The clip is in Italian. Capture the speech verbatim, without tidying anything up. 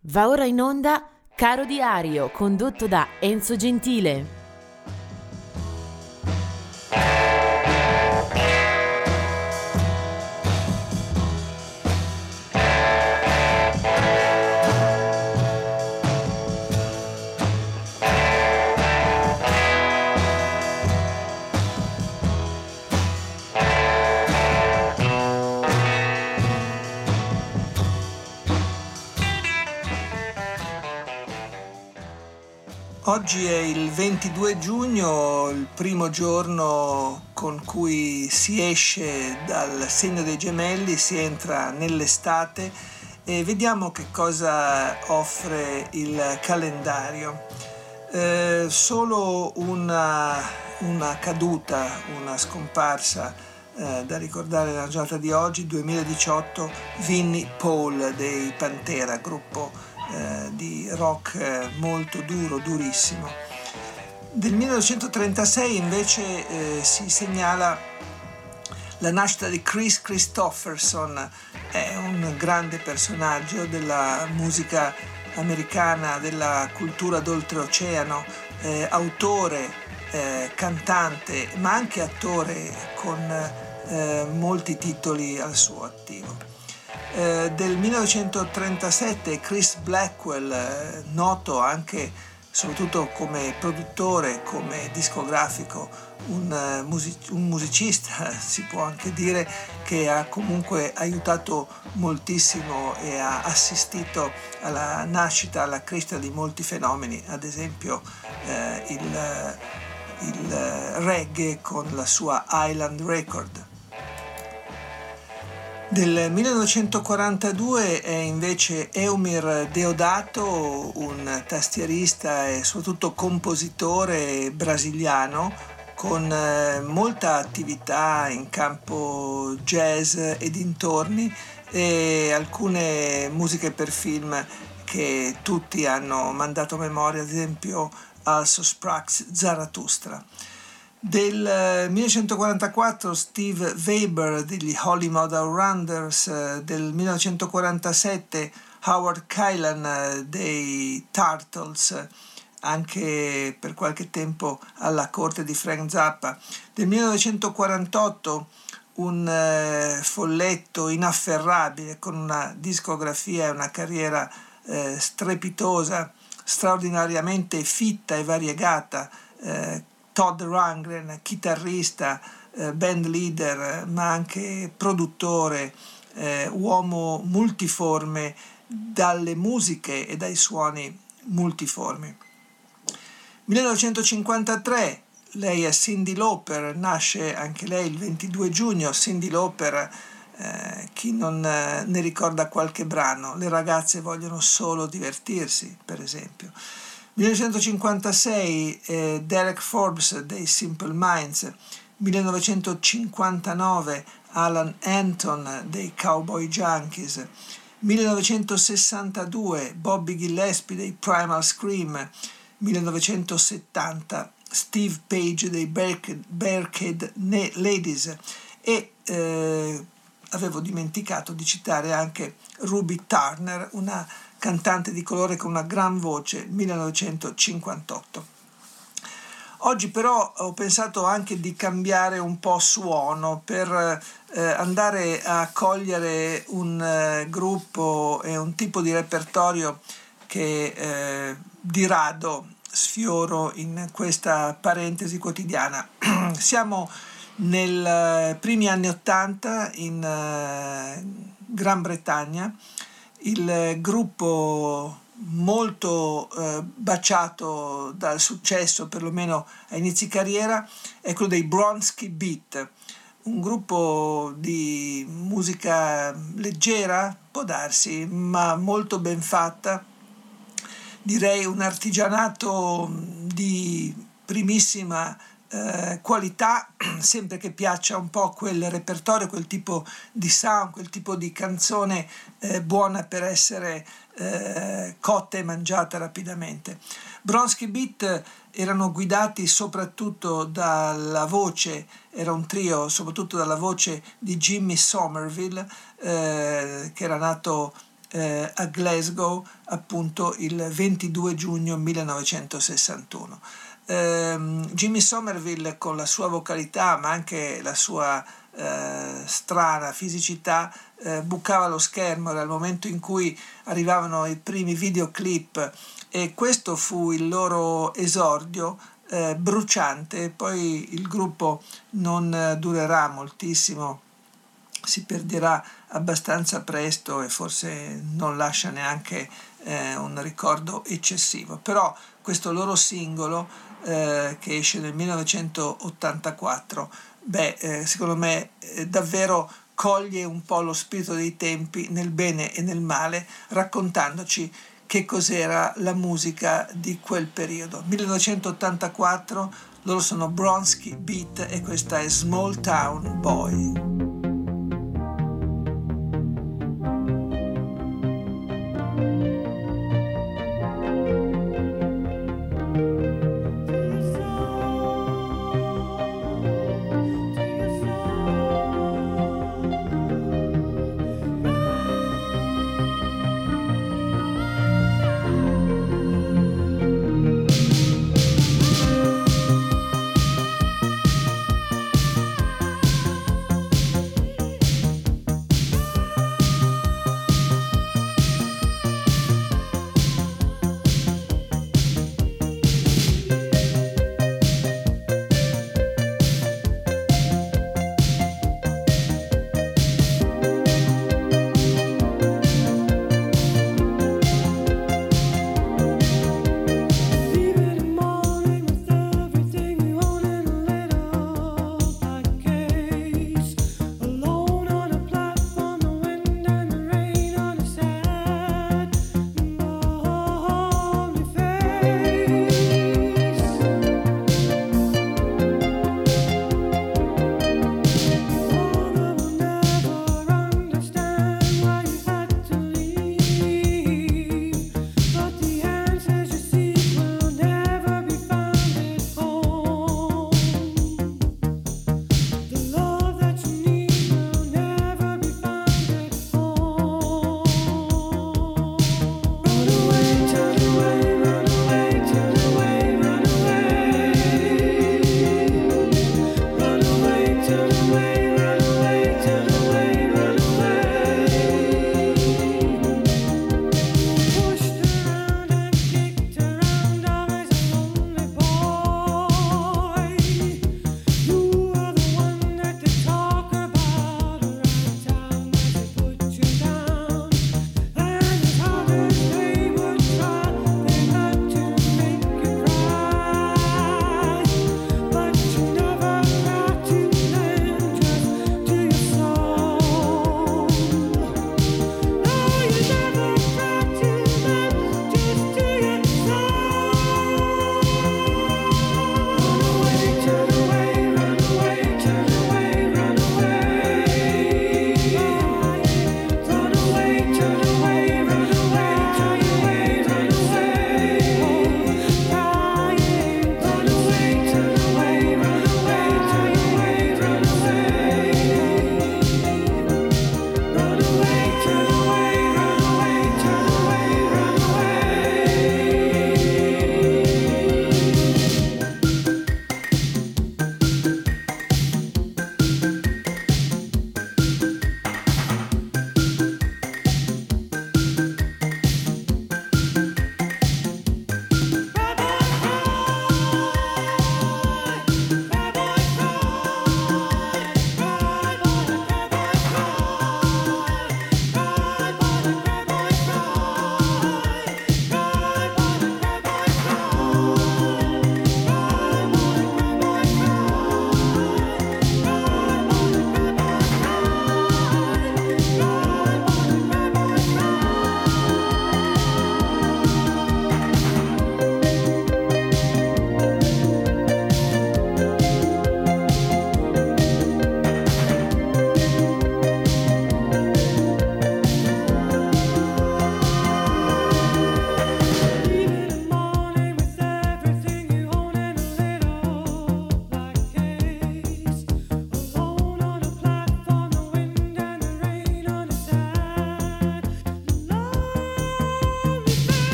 Va ora in onda Caro Diario, condotto da Enzo Gentile. Oggi è il ventidue giugno, il primo giorno con cui si esce dal segno dei gemelli, si entra nell'estate e vediamo che cosa offre il calendario. Eh, solo una, una caduta, una scomparsa eh, da ricordare nella giornata di oggi, duemiladiciotto, Vinnie Paul dei Pantera, gruppo Eh, di rock eh, molto duro, durissimo. Del millenovecentotrentasei invece eh, si segnala la nascita di Kris Kristofferson, è un grande personaggio della musica americana, della cultura d'oltreoceano, eh, autore, eh, cantante, ma anche attore con eh, molti titoli al suo attivo. Eh, del millenovecentotrentasette Chris Blackwell, eh, noto anche soprattutto come produttore, come discografico, un, uh, music- un musicista, si può anche dire, che ha comunque aiutato moltissimo e ha assistito alla nascita, alla crescita di molti fenomeni, ad esempio eh, il, il reggae con la sua Island Record. Del millenovecentoquarantadue è invece Eumir Deodato, un tastierista e soprattutto compositore brasiliano con molta attività in campo jazz e dintorni e alcune musiche per film che tutti hanno mandato a memoria, ad esempio Also sprach Zarathustra. Del millenovecentoquarantaquattro Steve Weber degli Holy Mother Rounders, del millenovecentoquarantasette Howard Kaylan dei Turtles, anche per qualche tempo alla corte di Frank Zappa, del millenovecentoquarantotto un eh, folletto inafferrabile con una discografia e una carriera eh, strepitosa, straordinariamente fitta e variegata, eh, Todd Rundgren, chitarrista, eh, band leader, ma anche produttore, eh, uomo multiforme dalle musiche e dai suoni multiformi. millenovecentocinquantatré, lei è Cyndi Lauper, nasce anche lei il ventidue giugno. Cyndi Lauper, eh, chi non eh, ne ricorda qualche brano? Le ragazze vogliono solo divertirsi, per esempio. millenovecentocinquantasei eh, Derek Forbes dei Simple Minds, millenovecentocinquantanove Alan Anton dei Cowboy Junkies, millenovecentosessantadue Bobby Gillespie dei Primal Scream, millenovecentosettanta Steve Page dei Barricade Ladies e eh, avevo dimenticato di citare anche Ruby Turner, una cantante di colore con una gran voce, millenovecentocinquantotto. Oggi però ho pensato anche di cambiare un po' suono per eh, andare a cogliere un eh, gruppo e un tipo di repertorio che eh, di rado sfioro in questa parentesi quotidiana. Siamo nei primi anni Ottanta in eh, Gran Bretagna. Il gruppo molto eh, baciato dal successo, perlomeno a inizi carriera, è quello dei Bronski Beat, un gruppo di musica leggera, può darsi, ma molto ben fatta, direi un artigianato di primissima eh, qualità, sempre che piaccia un po' quel repertorio, quel tipo di sound, quel tipo di canzone eh, buona per essere eh, cotta e mangiata rapidamente. Bronski Beat erano guidati soprattutto dalla voce, era un trio soprattutto dalla voce di Jimmy Somerville, eh, che era nato eh, a Glasgow appunto il ventidue giugno millenovecentosessantuno. Eh, Jimmy Somerville, con la sua vocalità ma anche la sua eh, strana fisicità, eh, bucava lo schermo. Era il momento in cui arrivavano i primi videoclip e questo fu il loro esordio eh, bruciante. Poi il gruppo non eh, durerà moltissimo, si perderà abbastanza presto e forse non lascia neanche eh, un ricordo eccessivo. Però questo loro singolo eh, che esce nel millenovecentottantaquattro, beh, eh, secondo me eh, davvero coglie un po' lo spirito dei tempi nel bene e nel male, raccontandoci che cos'era la musica di quel periodo. millenovecentottantaquattro, loro sono Bronski Beat e questa è Small Town Boy.